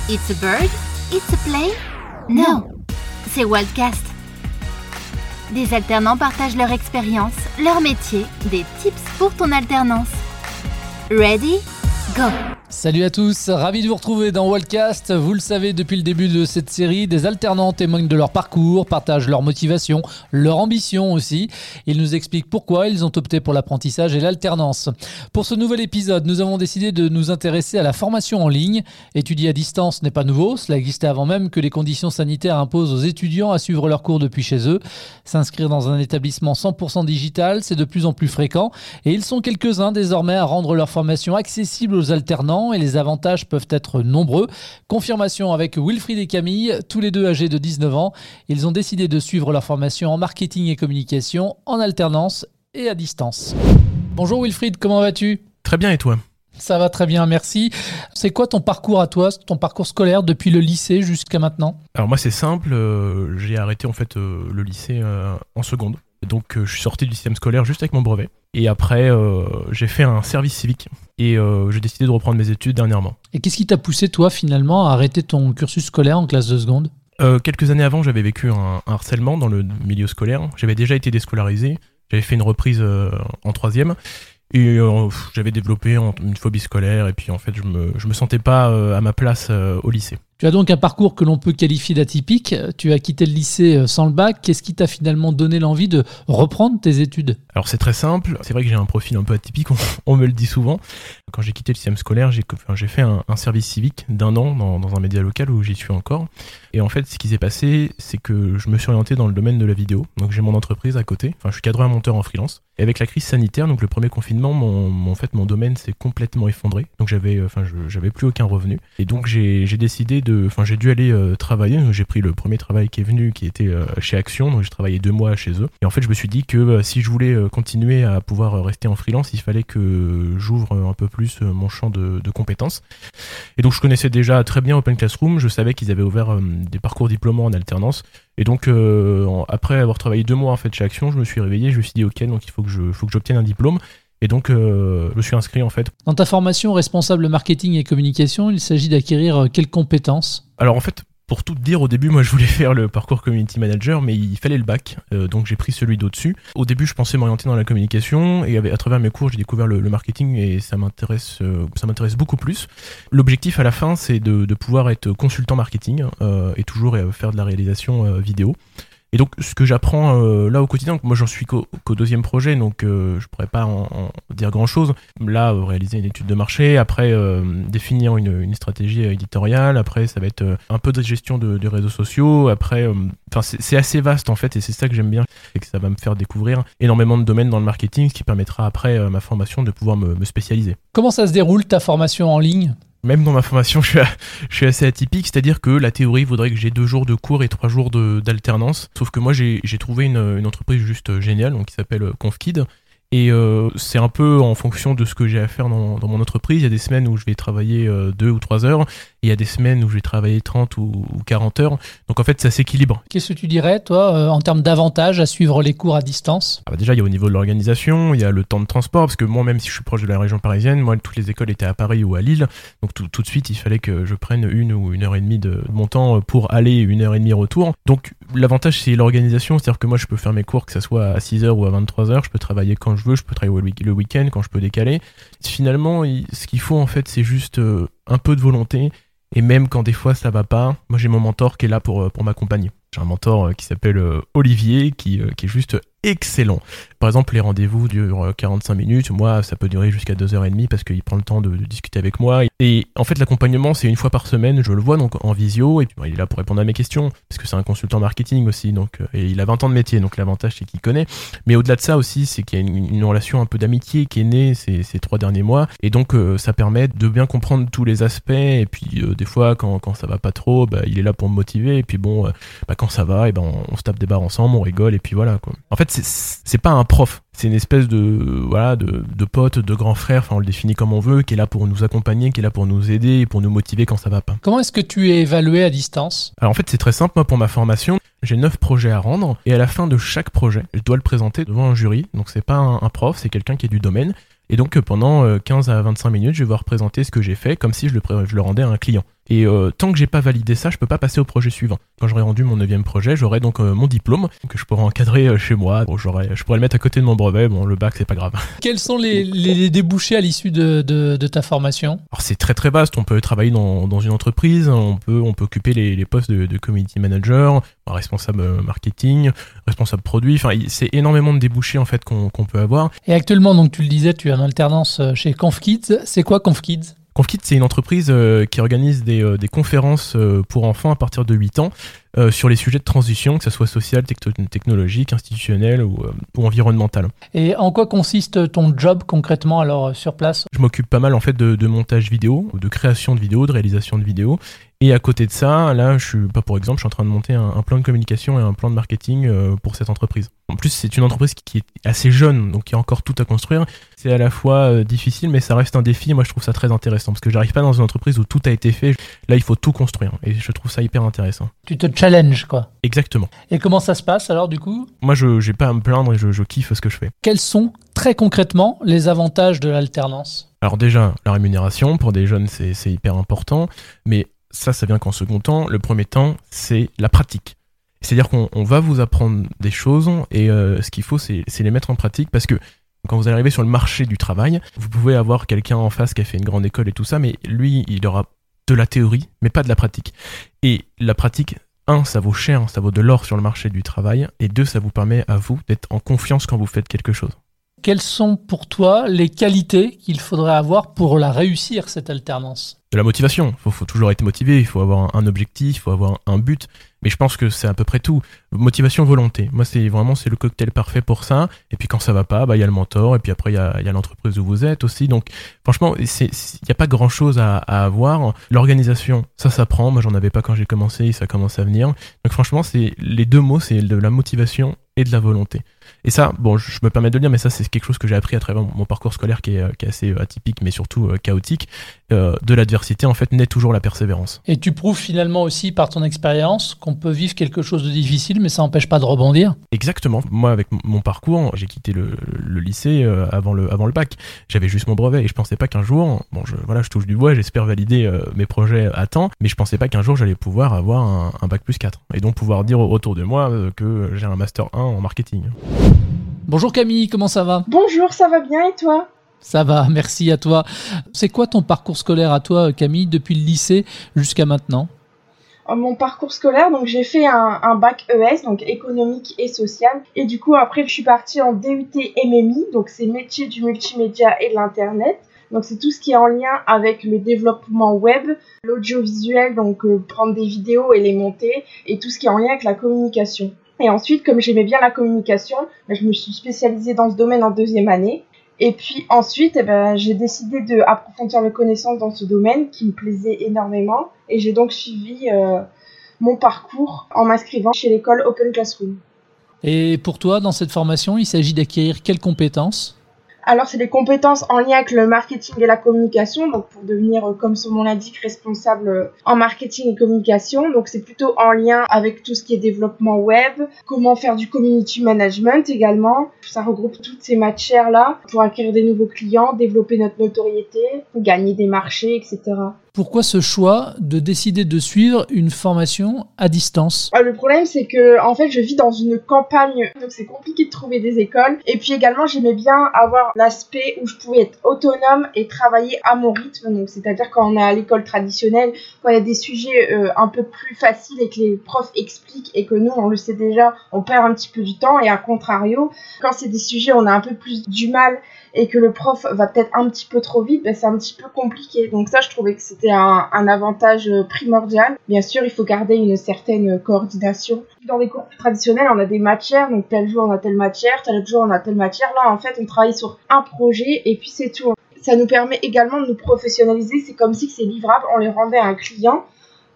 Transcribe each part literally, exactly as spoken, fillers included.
It's a bird? It's a plane? Non, c'est Wildcast. Des alternants partagent leur expérience, leur métier, des tips pour ton alternance. Ready? Go! Salut à tous, ravi de vous retrouver dans Wildcast. Vous le savez, depuis le début de cette série, des alternants témoignent de leur parcours, partagent leur motivation, leur ambition aussi. Ils nous expliquent pourquoi ils ont opté pour l'apprentissage et l'alternance. Pour ce nouvel épisode, nous avons décidé de nous intéresser à la formation en ligne. Étudier à distance n'est pas nouveau, cela existait avant même que les conditions sanitaires imposent aux étudiants à suivre leurs cours depuis chez eux. S'inscrire dans un établissement cent pour cent digital, c'est de plus en plus fréquent et ils sont quelques-uns désormais à rendre leur formation accessible aux alternants. Et les avantages peuvent être nombreux. Confirmation avec Wilfried et Camille, tous les deux âgés de dix-neuf ans. Ils ont décidé de suivre leur formation en marketing et communication, en alternance et à distance. Bonjour Wilfried, comment vas-tu ? Très bien, et toi ? Ça va très bien, merci. C'est quoi ton parcours à toi, ton parcours scolaire depuis le lycée jusqu'à maintenant ? Alors moi c'est simple, euh, j'ai arrêté en fait euh, le lycée euh, en seconde. Donc euh, je suis sorti du système scolaire juste avec mon brevet. Et après euh, j'ai fait un service civique et euh, j'ai décidé de reprendre mes études dernièrement. Et qu'est-ce qui t'a poussé toi finalement à arrêter ton cursus scolaire en classe de seconde ? euh, Quelques années avant j'avais vécu un, un harcèlement dans le milieu scolaire. J'avais déjà été déscolarisé, j'avais fait une reprise euh, en troisième. Et euh, j'avais développé une phobie scolaire et puis en fait je me, je me sentais pas euh, à ma place euh, au lycée. Tu as donc un parcours que l'on peut qualifier d'atypique. Tu as quitté le lycée sans le bac. Qu'est-ce qui t'a finalement donné l'envie de reprendre tes études ? Alors c'est très simple, c'est vrai que j'ai un profil un peu atypique, on, on me le dit souvent. Quand j'ai quitté le système scolaire, j'ai, enfin, j'ai fait un, un service civique d'un an dans, dans un média local où j'y suis encore. Et en fait ce qui s'est passé, c'est que je me suis orienté dans le domaine de la vidéo. Donc j'ai mon entreprise à côté, enfin je suis cadreur monteur en freelance. Et avec la crise sanitaire, donc le premier confinement, mon, mon, en fait, mon domaine s'est complètement effondré. Donc j'avais, enfin, je, j'avais plus aucun revenu. Et donc j'ai, j'ai décidé de, enfin, j'ai dû aller euh, travailler. Donc, j'ai pris le premier travail qui est venu, qui était euh, chez Action. Donc j'ai travaillé deux mois chez eux. Et en fait, je me suis dit que euh, si je voulais euh, continuer à pouvoir euh, rester en freelance, il fallait que j'ouvre euh, un peu plus euh, mon champ de, de compétences. Et donc je connaissais déjà très bien Open Classroom. Je savais qu'ils avaient ouvert euh, des parcours diplômants en alternance. Et donc euh, après avoir travaillé deux mois en fait chez Action, je me suis réveillé, je me suis dit ok, donc il faut que je, faut que j'obtienne un diplôme. Et donc euh, je me suis inscrit en fait. Dans ta formation responsable marketing et communication, il s'agit d'acquérir quelles compétences ? Alors en fait, pour tout te dire, au début, moi je voulais faire le parcours community manager, mais il fallait le bac, euh, donc j'ai pris celui d'au-dessus. Au début, je pensais m'orienter dans la communication, et à travers mes cours, j'ai découvert le, le marketing, et ça m'intéresse, euh, ça m'intéresse beaucoup plus. L'objectif à la fin, c'est de, de pouvoir être consultant marketing, euh, et toujours euh, faire de la réalisation euh, vidéo. Et donc ce que j'apprends euh, là au quotidien, donc moi j'en suis qu'au, qu'au deuxième projet, donc euh, je pourrais pas en, en dire grand chose. Là, euh, réaliser une étude de marché, après euh, définir une, une stratégie éditoriale, après ça va être euh, un peu de gestion de, de réseaux sociaux, après, enfin euh, c'est, c'est assez vaste en fait, et c'est ça que j'aime bien, c'est que ça va me faire découvrir énormément de domaines dans le marketing, ce qui permettra après euh, ma formation de pouvoir me, me spécialiser. Comment ça se déroule ta formation en ligne ? Même dans ma formation, je suis, à, je suis assez atypique, c'est-à-dire que la théorie voudrait que j'ai deux jours de cours et trois jours de, d'alternance. Sauf que moi, j'ai, j'ai trouvé une, une entreprise juste géniale, donc qui s'appelle ConfKid. Et euh, c'est un peu en fonction de ce que j'ai à faire dans, dans mon entreprise. Il y a des semaines où je vais travailler euh, deux ou trois heures, et il y a des semaines où je vais travailler trente ou, ou quarante heures. Donc en fait, ça s'équilibre. Qu'est-ce que tu dirais, toi, euh, en termes d'avantages à suivre les cours à distance ? Ah bah déjà, il y a au niveau de l'organisation, il y a le temps de transport, parce que moi, même si je suis proche de la région parisienne, moi, toutes les écoles étaient à Paris ou à Lille. Donc tout, tout de suite, il fallait que je prenne une ou une heure et demie de mon temps pour aller, une heure et demie retour. Donc l'avantage, c'est l'organisation, c'est-à-dire que moi, je peux faire mes cours, que ça soit à six heures ou à vingt-trois heures, je peux travailler quand je veux, je peux travailler le week-end quand je peux décaler. Finalement, ce qu'il faut en fait, c'est juste un peu de volonté, et même quand des fois ça va pas, moi j'ai mon mentor qui est là pour, pour m'accompagner. J'ai un mentor qui s'appelle Olivier, qui, qui est juste excellent. Par exemple, les rendez-vous durent quarante-cinq minutes. Moi, ça peut durer jusqu'à deux heures trente parce qu'il prend le temps de, de discuter avec moi. Et en fait, l'accompagnement, c'est une fois par semaine. Je le vois donc en visio. Et puis, il est là pour répondre à mes questions parce que c'est un consultant marketing aussi. Donc, et il a vingt ans de métier. Donc, l'avantage, c'est qu'il connaît. Mais au-delà de ça aussi, c'est qu'il y a une, une relation un peu d'amitié qui est née ces, ces trois derniers mois. Et donc, euh, ça permet de bien comprendre tous les aspects. Et puis, euh, des fois, quand, quand ça va pas trop, bah, il est là pour me motiver. Et puis, bon, euh, bah, quand ça va, et ben, on, on se tape des barres ensemble, on rigole. Et puis, voilà, quoi. En fait, c'est, c'est pas un prof. C'est une espèce de, voilà, de, de pote, de grand frère, enfin on le définit comme on veut, qui est là pour nous accompagner, qui est là pour nous aider et pour nous motiver quand ça va pas. Comment est-ce que tu es évalué à distance ? Alors en fait c'est très simple, moi pour ma formation, j'ai neuf projets à rendre et à la fin de chaque projet, je dois le présenter devant un jury. Donc c'est pas un, un prof, c'est quelqu'un qui est du domaine. Et donc pendant quinze à vingt-cinq minutes, je vais voir présenter ce que j'ai fait comme si je le, je le rendais à un client. Et euh, tant que j'ai pas validé ça, je peux pas passer au projet suivant. Quand j'aurai rendu mon neuvième projet, j'aurai donc euh, mon diplôme que je pourrai encadrer euh, chez moi. Bon, j'aurai, je pourrais le mettre à côté de mon brevet. Bon, le bac, c'est pas grave. Quels sont les, les, les débouchés à l'issue de, de, de ta formation ? Alors c'est très très vaste. On peut travailler dans, dans une entreprise, on peut, on peut occuper les, les postes de, de community manager, responsable marketing, responsable produit. Enfin, c'est énormément de débouchés en fait qu'on, qu'on peut avoir. Et actuellement, donc tu le disais, tu es en alternance chez ConfKids. C'est quoi ConfKids ? ConfKids, c'est une entreprise euh, qui organise des, euh, des conférences euh, pour enfants à partir de huit ans euh, sur les sujets de transition, que ce soit social, techno- technologique, institutionnel ou, euh, ou environnemental. Et en quoi consiste ton job concrètement alors sur place ? Je m'occupe pas mal en fait de, de montage vidéo, de création de vidéos, de réalisation de vidéos. Et à côté de ça, là, je suis pas pour exemple, je suis en train de monter un, un plan de communication et un plan de marketing euh, pour cette entreprise. En plus, c'est une entreprise qui, qui est assez jeune, donc il y a encore tout à construire. C'est à la fois euh, difficile, mais ça reste un défi. Moi, je trouve ça très intéressant parce que j'arrive pas dans une entreprise où tout a été fait. Là, il faut tout construire, et je trouve ça hyper intéressant. Tu te challenges, quoi. Exactement. Et comment ça se passe alors du coup ? Moi, je j'ai pas à me plaindre et je, je kiffe ce que je fais. Quels sont très concrètement les avantages de l'alternance ? Alors déjà, la rémunération pour des jeunes, c'est, c'est hyper important, mais ça, ça vient qu'en second temps. Le premier temps, c'est la pratique. C'est-à-dire qu'on on va vous apprendre des choses et euh, ce qu'il faut, c'est, c'est les mettre en pratique parce que quand vous allez arriver sur le marché du travail, vous pouvez avoir quelqu'un en face qui a fait une grande école et tout ça, mais lui, il aura de la théorie, mais pas de la pratique. Et la pratique, un, ça vaut cher, ça vaut de l'or sur le marché du travail, et deux, ça vous permet à vous d'être en confiance quand vous faites quelque chose. Quelles sont pour toi les qualités qu'il faudrait avoir pour la réussir, cette alternance ? De la motivation, il faut, faut toujours être motivé, il faut avoir un, un objectif, il faut avoir un, un but, mais je pense que c'est à peu près tout. Motivation, volonté, moi c'est vraiment c'est le cocktail parfait pour ça, et puis quand ça va pas, bah il y a le mentor, et puis après il y a, y a l'entreprise où vous êtes aussi, donc franchement, il n'y a pas grand chose à, à avoir. L'organisation, ça s'apprend, moi j'en avais pas quand j'ai commencé, et ça commence à venir, donc franchement c'est les deux mots, c'est de la motivation et de la volonté. Et ça, bon, je me permets de le dire, mais ça, c'est quelque chose que j'ai appris à travers mon parcours scolaire qui est, qui est assez atypique, mais surtout euh, chaotique. Euh, de l'adversité, en fait, naît toujours la persévérance. Et tu prouves finalement aussi par ton expérience qu'on peut vivre quelque chose de difficile, mais ça n'empêche pas de rebondir. Exactement. Moi, avec mon parcours, j'ai quitté le, le lycée euh, avant, le, avant le bac. J'avais juste mon brevet et je pensais pas qu'un jour, bon, je, voilà, je touche du bois, j'espère valider euh, mes projets à temps, mais je pensais pas qu'un jour j'allais pouvoir avoir un, un bac plus quatre. Et donc pouvoir dire autour de moi euh, que j'ai un master un en marketing. Bonjour Camille, comment ça va ? Bonjour, ça va bien et toi ? Ça va, merci à toi. C'est quoi ton parcours scolaire à toi Camille, depuis le lycée jusqu'à maintenant ? Mon parcours scolaire, donc j'ai fait un, un bac E S, donc économique et social, et du coup après je suis partie en D U T M M I, donc c'est métier du multimédia et de l'internet. Donc c'est tout ce qui est en lien avec le développement web, l'audiovisuel, donc euh, prendre des vidéos et les monter, et tout ce qui est en lien avec la communication. Et ensuite, comme j'aimais bien la communication, ben, je me suis spécialisée dans ce domaine en deuxième année. Et puis ensuite, eh ben, j'ai décidé d'approfondir mes connaissances dans ce domaine qui me plaisait énormément. Et j'ai donc suivi euh, mon parcours en m'inscrivant chez l'école Open Classroom. Et pour toi, dans cette formation, il s'agit d'acquérir quelles compétences ? Alors, c'est des compétences en lien avec le marketing et la communication, donc pour devenir, comme son nom l'indique, responsable en marketing et communication. Donc, c'est plutôt en lien avec tout ce qui est développement web, comment faire du community management également. Ça regroupe toutes ces matières-là pour acquérir des nouveaux clients, développer notre notoriété, gagner des marchés, et cetera. Pourquoi ce choix de décider de suivre une formation à distance ? Le problème, c'est que en fait, je vis dans une campagne, donc c'est compliqué de trouver des écoles. Et puis également, j'aimais bien avoir l'aspect où je pouvais être autonome et travailler à mon rythme. Donc, c'est-à-dire quand on est à l'école traditionnelle, quand il y a des sujets euh, un peu plus faciles et que les profs expliquent et que nous, on le sait déjà, on perd un petit peu du temps. Et à contrario, quand c'est des sujets où on a un peu plus du mal et que le prof va peut-être un petit peu trop vite, ben c'est un petit peu compliqué. Donc ça, je trouvais que c'était un, un avantage primordial. Bien sûr, il faut garder une certaine coordination. Dans les cours plus traditionnels, on a des matières, donc tel jour on a telle matière, tel jour on a telle matière. Là, en fait, on travaille sur un projet et puis c'est tout. Ça nous permet également de nous professionnaliser. C'est comme si c'est livrable, on les rendait à un client.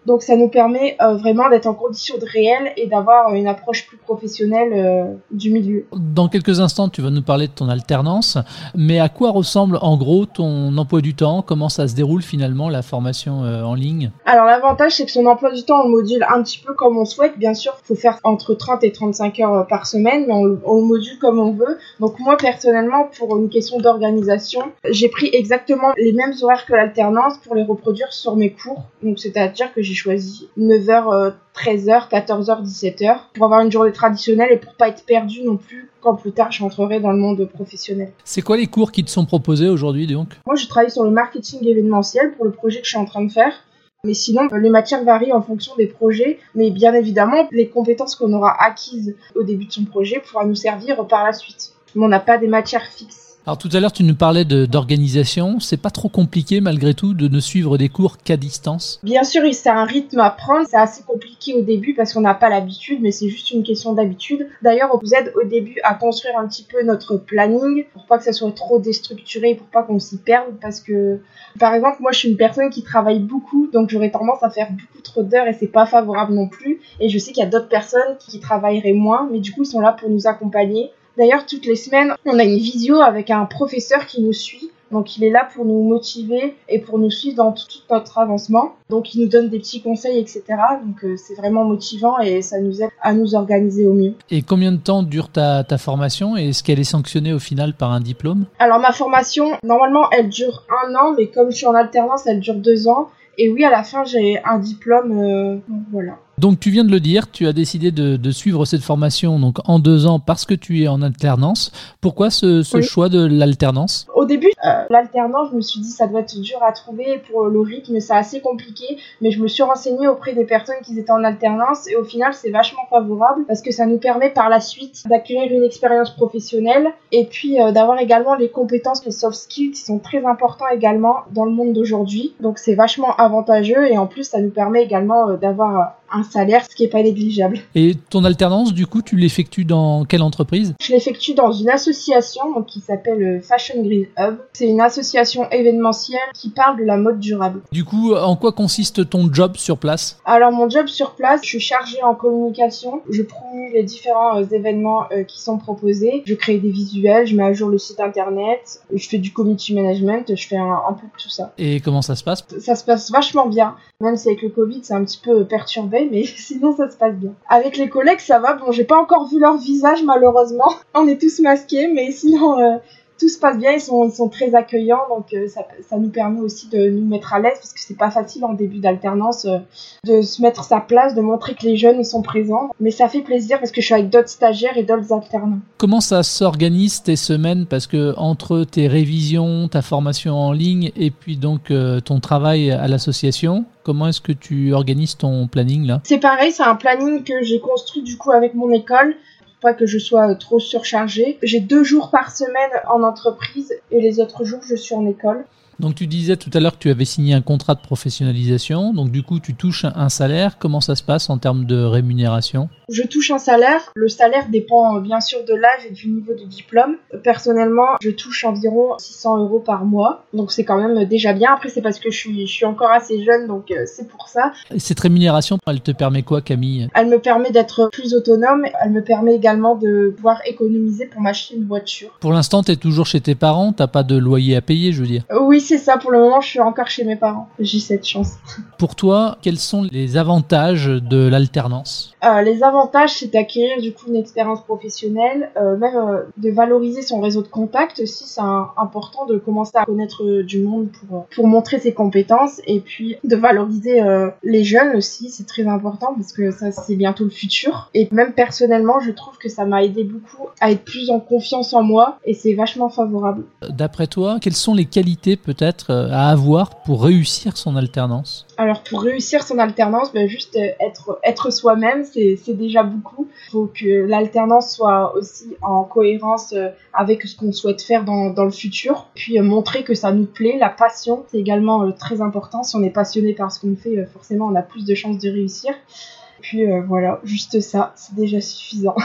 Donc ça nous permet euh, vraiment d'être en condition de réel et d'avoir une approche plus professionnelle euh, du milieu. Dans quelques instants, tu vas nous parler de ton alternance, mais à quoi ressemble en gros ton emploi du temps? Comment ça se déroule finalement la formation euh, en ligne? Alors l'avantage, c'est que son emploi du temps, on le module un petit peu comme on souhaite. Bien sûr, il faut faire entre trente et trente-cinq heures par semaine, mais on, on le module comme on veut. Donc moi, personnellement, pour une question d'organisation, j'ai pris exactement les mêmes horaires que l'alternance pour les reproduire sur mes cours. Donc c'est-à-dire que j'ai choisi neuf heures, treize heures, quatorze heures, dix-sept heures pour avoir une journée traditionnelle et pour pas être perdu non plus quand plus tard j'entrerai dans le monde professionnel. C'est quoi les cours qui te sont proposés aujourd'hui donc? Moi, je travaille sur le marketing événementiel pour le projet que je suis en train de faire. Mais sinon, les matières varient en fonction des projets. Mais bien évidemment, les compétences qu'on aura acquises au début de son projet pourra nous servir par la suite. Mais on n'a pas des matières fixes. Alors tout à l'heure, tu nous parlais de, d'organisation. C'est pas trop compliqué malgré tout de ne suivre des cours qu'à distance? Bien sûr, c'est un rythme à prendre. C'est assez compliqué au début parce qu'on n'a pas l'habitude, mais c'est juste une question d'habitude. D'ailleurs, on vous aide au début à construire un petit peu notre planning pour pas que ça soit trop déstructuré, pour pas qu'on s'y perde. Parce que, par exemple, moi, je suis une personne qui travaille beaucoup, donc j'aurais tendance à faire beaucoup trop d'heures et c'est pas favorable non plus. Et je sais qu'il y a d'autres personnes qui travailleraient moins, mais du coup, ils sont là pour nous accompagner. D'ailleurs, toutes les semaines, on a une visio avec un professeur qui nous suit. Donc, il est là pour nous motiver et pour nous suivre dans tout notre avancement. Donc, il nous donne des petits conseils, et cetera. Donc, euh, c'est vraiment motivant et ça nous aide à nous organiser au mieux. Et combien de temps dure ta, ta formation et est-ce qu'elle est sanctionnée au final par un diplôme? Alors, ma formation, normalement, elle dure un an, mais comme je suis en alternance, elle dure deux ans. Et oui, à la fin, j'ai un diplôme, euh, voilà. Donc tu viens de le dire, tu as décidé de, de suivre cette formation donc en deux ans parce que tu es en alternance. Pourquoi ce, ce oui. choix de l'alternance? Au début, euh, l'alternance, je me suis dit ça doit être dur à trouver pour le rythme, c'est assez compliqué. Mais je me suis renseignée auprès des personnes qui étaient en alternance et au final, c'est vachement favorable parce que ça nous permet par la suite d'acquérir une expérience professionnelle et puis euh, d'avoir également les compétences, les soft skills qui sont très importants également dans le monde d'aujourd'hui. Donc c'est vachement avantageux et en plus, ça nous permet également euh, d'avoir euh, un salaire, ce qui n'est pas négligeable. Et ton alternance, du coup, tu l'effectues dans quelle entreprise? Je l'effectue dans une association donc, qui s'appelle Fashion Green Hub. C'est une association événementielle qui parle de la mode durable. Du coup, en quoi consiste ton job sur place? Alors, mon job sur place, je suis chargée en communication. Je promue les différents euh, événements euh, qui sont proposés. Je crée des visuels, je mets à jour le site internet, je fais du community management, je fais un, un peu de tout ça. Et comment ça se passe? Ça se passe vachement bien. Même si avec le Covid, c'est un petit peu perturbé, mais sinon ça se passe bien. Avec les collègues, ça va. Bon, j'ai pas encore vu leur visage, malheureusement. On est tous masqués, mais sinon, euh, tout se passe bien. Ils sont, ils sont très accueillants, donc euh, ça, ça nous permet aussi de nous mettre à l'aise, parce que c'est pas facile en début d'alternance euh, de se mettre sa place, de montrer que les jeunes ils sont présents. Mais ça fait plaisir parce que je suis avec d'autres stagiaires et d'autres alternants. Comment ça s'organise tes semaines? Parce que entre tes révisions, ta formation en ligne et puis donc euh, ton travail à l'association, comment est-ce que tu organises ton planning là? C'est pareil, c'est un planning que j'ai construit du coup avec mon école. Pas que je sois trop surchargée. J'ai deux jours par semaine en entreprise et les autres jours je suis en école. Donc tu disais tout à l'heure que tu avais signé un contrat de professionnalisation, donc du coup tu touches un salaire. Comment ça se passe en termes de rémunération? Je touche un salaire. Le salaire dépend bien sûr de l'âge et du niveau de diplôme. Personnellement, je touche environ six cents euros par mois, donc c'est quand même déjà bien. Après c'est parce que je suis, je suis encore assez jeune, donc euh, c'est pour ça. Et cette rémunération, elle te permet quoi, Camille? Elle me permet d'être plus autonome. Elle me permet également de pouvoir économiser pour m'acheter une voiture. Pour l'instant, t'es toujours chez tes parents, t'as pas de loyer à payer, je veux dire. Oui, c'est ça. Pour le moment, je suis encore chez mes parents. J'ai cette chance. Pour toi, quels sont les avantages de l'alternance? Euh, les avantages, c'est d'acquérir du coup une expérience professionnelle, euh, même euh, de valoriser son réseau de contacts aussi. C'est un, important de commencer à connaître euh, du monde pour pour montrer ses compétences et puis de valoriser euh, les jeunes aussi. C'est très important parce que ça c'est bientôt le futur. Et même personnellement, je trouve que ça m'a aidé beaucoup à être plus en confiance en moi et c'est vachement favorable. D'après toi, quelles sont les qualités peut-être à avoir pour réussir son alternance? Alors pour réussir son alternance, ben juste être être soi-même, c'est c'est déjà beaucoup. Il faut que l'alternance soit aussi en cohérence avec ce qu'on souhaite faire dans dans le futur. Puis euh, montrer que ça nous plaît, la passion, c'est également euh, très important. Si on est passionné par ce qu'on fait, euh, forcément on a plus de chances de réussir. Puis euh, voilà, juste ça, c'est déjà suffisant.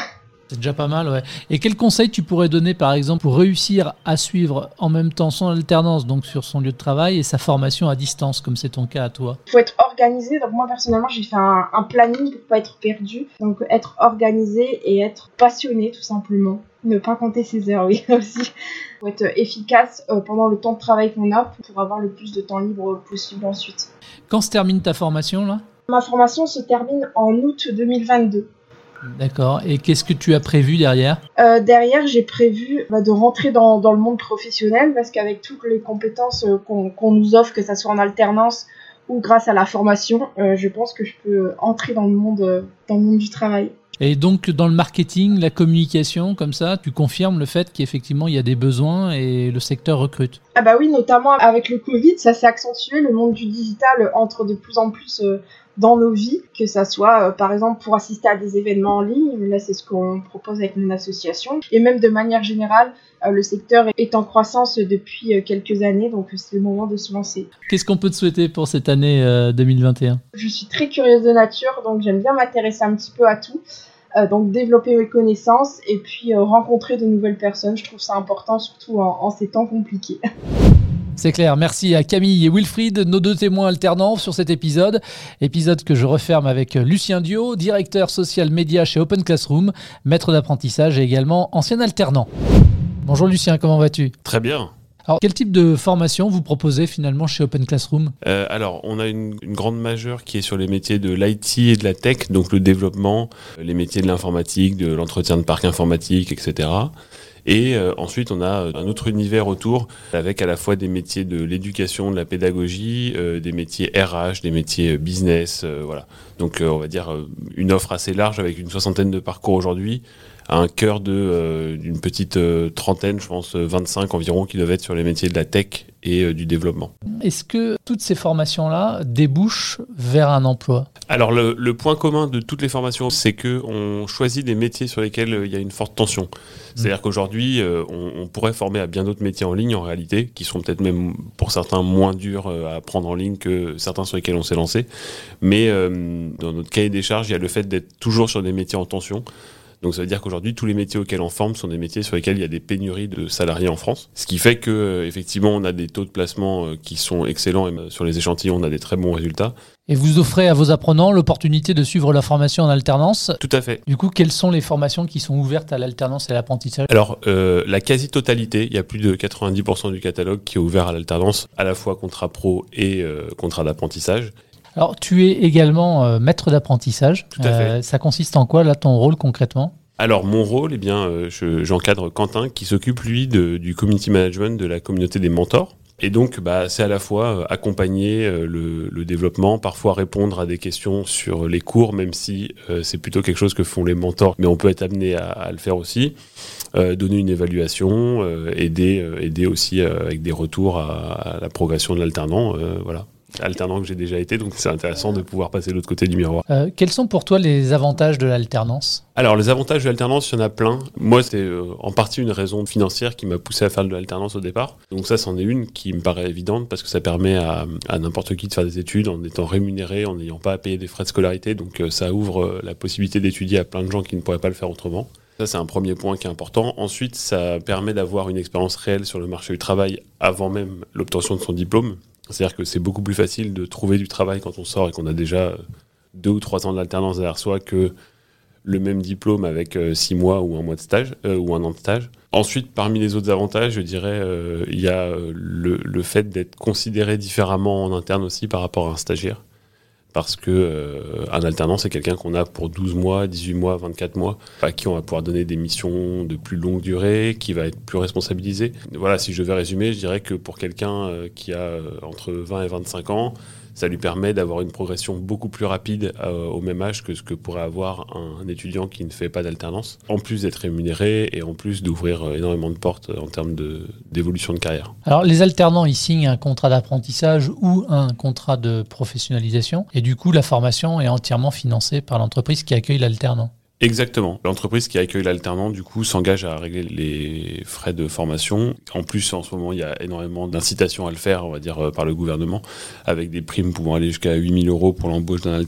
C'est déjà pas mal, ouais. Et quel conseil tu pourrais donner, par exemple, pour réussir à suivre en même temps son alternance, donc sur son lieu de travail, et sa formation à distance, comme c'est ton cas à toi? Il faut être organisé. Donc moi, personnellement, j'ai fait un, un planning pour pas être perdu. Donc être organisé et être passionné, tout simplement. Ne pas compter ses heures, oui, aussi. Il faut être efficace euh, pendant le temps de travail qu'on a pour avoir le plus de temps libre possible ensuite. Quand se termine ta formation, là? Ma formation se termine en août deux mille vingt-deux. D'accord. Et qu'est-ce que tu as prévu derrière ? euh, Derrière, j'ai prévu bah, de rentrer dans, dans le monde professionnel parce qu'avec toutes les compétences euh, qu'on, qu'on nous offre, que ça soit en alternance ou grâce à la formation, euh, je pense que je peux entrer dans le monde, euh, dans le monde du travail. Et donc, dans le marketing, la communication, comme ça, tu confirmes le fait qu'effectivement, il y a des besoins et le secteur recrute. Ah bah oui, notamment avec le Covid, ça s'est accentué, le monde du digital entre de plus en plus euh, dans nos vies, que ça soit euh, par exemple pour assister à des événements en ligne, là c'est ce qu'on propose avec mon association, et même de manière générale, euh, le secteur est en croissance depuis euh, quelques années, donc c'est le moment de se lancer. Qu'est-ce qu'on peut te souhaiter pour cette année euh, deux mille vingt et un ? Je suis très curieuse de nature, donc j'aime bien m'intéresser un petit peu à tout. Euh, donc développer mes connaissances et puis euh, rencontrer de nouvelles personnes, je trouve ça important, surtout en, en ces temps compliqués. C'est clair, merci à Camille et Wilfried, nos deux témoins alternants sur cet épisode. Épisode que je referme avec Lucien Dio, directeur social média chez Open Classroom, maître d'apprentissage et également ancien alternant. Bonjour Lucien, comment vas-tu ? Très bien. Alors, quel type de formation vous proposez finalement chez Open Classroom ? euh, Alors, on a une, une grande majeure qui est sur les métiers de l'I T et de la tech, donc le développement, les métiers de l'informatique, de l'entretien de parc informatique, et cetera. Et euh, ensuite, on a un autre univers autour, avec à la fois des métiers de l'éducation, de la pédagogie, euh, des métiers R H, des métiers business, euh, voilà. Donc, euh, on va dire euh, une offre assez large avec une soixantaine de parcours aujourd'hui, à un cœur de, euh, d'une petite euh, trentaine, je pense, vingt-cinq environ, qui doivent être sur les métiers de la tech et euh, du développement. Est-ce que toutes ces formations-là débouchent vers un emploi ? Alors, le, le point commun de toutes les formations, c'est qu'on choisit des métiers sur lesquels euh, il y a une forte tension. C'est-à-dire qu'aujourd'hui, euh, on, on pourrait former à bien d'autres métiers en ligne, en réalité, qui seront peut-être même, pour certains, moins durs euh, à apprendre en ligne que certains sur lesquels on s'est lancé. Mais euh, dans notre cahier des charges, il y a le fait d'être toujours sur des métiers en tension. Donc ça veut dire qu'aujourd'hui, tous les métiers auxquels on forme sont des métiers sur lesquels il y a des pénuries de salariés en France. Ce qui fait que, euh, effectivement, on a des taux de placement euh, qui sont excellents et euh, sur les échantillons, on a des très bons résultats. Et vous offrez à vos apprenants l'opportunité de suivre la formation en alternance. Tout à fait. Du coup, quelles sont les formations qui sont ouvertes à l'alternance et à l'apprentissage ? Alors, euh, la quasi-totalité, il y a plus de quatre-vingt-dix pour cent du catalogue qui est ouvert à l'alternance, à la fois contrat pro et euh, contrat d'apprentissage. Alors, tu es également euh, maître d'apprentissage. Tout à fait. Euh, ça consiste en quoi, là, ton rôle concrètement ? Alors, mon rôle, eh bien, euh, je, j'encadre Quentin qui s'occupe, lui, de, du community management de la communauté des mentors. Et donc, bah, c'est à la fois euh, accompagner euh, le, le développement, parfois répondre à des questions sur les cours, même si euh, c'est plutôt quelque chose que font les mentors, mais on peut être amené à, à le faire aussi. Euh, donner une évaluation, euh, aider, euh, aider aussi euh, avec des retours à, à la progression de l'alternant, euh, voilà. Alternant que j'ai déjà été, donc c'est intéressant de pouvoir passer de l'autre côté du miroir. Euh, quels sont pour toi les avantages de l'alternance ? Alors, les avantages de l'alternance, il y en a plein. Moi, c'était euh, en partie une raison financière qui m'a poussé à faire de l'alternance au départ. Donc ça, c'en est une qui me paraît évidente parce que ça permet à, à n'importe qui de faire des études en étant rémunéré, en n'ayant pas à payer des frais de scolarité. Donc euh, ça ouvre euh, la possibilité d'étudier à plein de gens qui ne pourraient pas le faire autrement. Ça, c'est un premier point qui est important. Ensuite, ça permet d'avoir une expérience réelle sur le marché du travail avant même l'obtention de son diplôme. C'est-à-dire que c'est beaucoup plus facile de trouver du travail quand on sort et qu'on a déjà deux ou trois ans d'alternance derrière soi que le même diplôme avec euh, six mois ou un mois de stage euh, ou un an de stage. Ensuite, parmi les autres avantages, je dirais, euh, il y a euh, le, le fait d'être considéré différemment en interne aussi par rapport à un stagiaire. Parce que euh, un alternant, c'est quelqu'un qu'on a pour douze mois, dix-huit mois, vingt-quatre mois, à qui on va pouvoir donner des missions de plus longue durée, qui va être plus responsabilisé. Voilà, si je devais résumer, je dirais que pour quelqu'un euh, qui a euh, entre vingt et vingt-cinq ans, ça lui permet d'avoir une progression beaucoup plus rapide euh, au même âge que ce que pourrait avoir un, un étudiant qui ne fait pas d'alternance. En plus d'être rémunéré et en plus d'ouvrir euh, énormément de portes en termes de, d'évolution de carrière. Alors, les alternants, ils signent un contrat d'apprentissage ou un contrat de professionnalisation. Et du coup, la formation est entièrement financée par l'entreprise qui accueille l'alternant. Exactement. L'entreprise qui accueille l'alternant, du coup, s'engage à régler les frais de formation. En plus, en ce moment, il y a énormément d'incitations à le faire, on va dire, par le gouvernement, avec des primes pouvant aller jusqu'à huit mille euros pour l'embauche d'un alternant.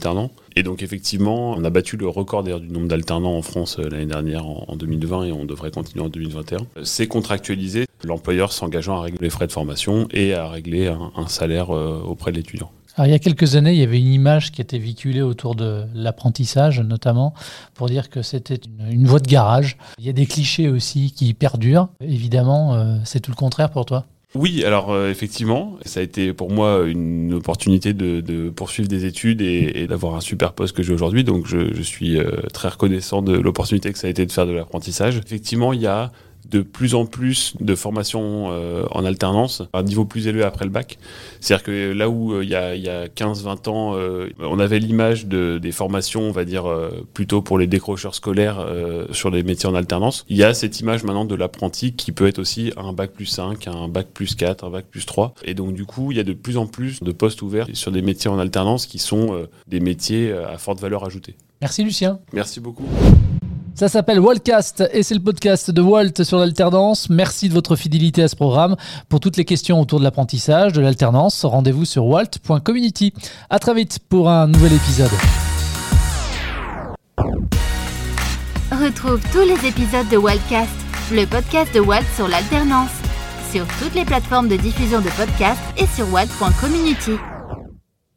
Et donc effectivement, on a battu le record d'ailleurs du nombre d'alternants en France euh, l'année dernière en, en deux mille vingt et on devrait continuer en deux mille vingt et un. Euh, c'est contractualisé, l'employeur s'engageant à régler les frais de formation et à régler un, un salaire euh, auprès de l'étudiant. Alors, il y a quelques années, il y avait une image qui était véhiculée autour de l'apprentissage, notamment, pour dire que c'était une, une voie de garage. Il y a des clichés aussi qui perdurent. Évidemment, euh, c'est tout le contraire pour toi. Oui, alors euh, effectivement, ça a été pour moi une opportunité de, de poursuivre des études et, et d'avoir un super poste que j'ai aujourd'hui. Donc je, je suis euh, très reconnaissant de l'opportunité que ça a été de faire de l'apprentissage. Effectivement, il y a de plus en plus de formations euh, en alternance à un niveau plus élevé après le bac. C'est-à-dire que là où euh, il y a, il y a quinze vingt ans, euh, on avait l'image de, des formations, on va dire, euh, plutôt pour les décrocheurs scolaires euh, sur les métiers en alternance, il y a cette image maintenant de l'apprenti qui peut être aussi un bac plus cinq, un bac plus quatre, un bac plus trois. Et donc du coup, il y a de plus en plus de postes ouverts sur des métiers en alternance qui sont euh, des métiers à forte valeur ajoutée. Merci Lucien. Merci beaucoup. Ça s'appelle Waltcast et c'est le podcast de Walt sur l'alternance. Merci de votre fidélité à ce programme. Pour toutes les questions autour de l'apprentissage, de l'alternance, rendez-vous sur walt point community. À très vite pour un nouvel épisode. Retrouve tous les épisodes de Waltcast, le podcast de Walt sur l'alternance, sur toutes les plateformes de diffusion de podcasts et sur walt point community.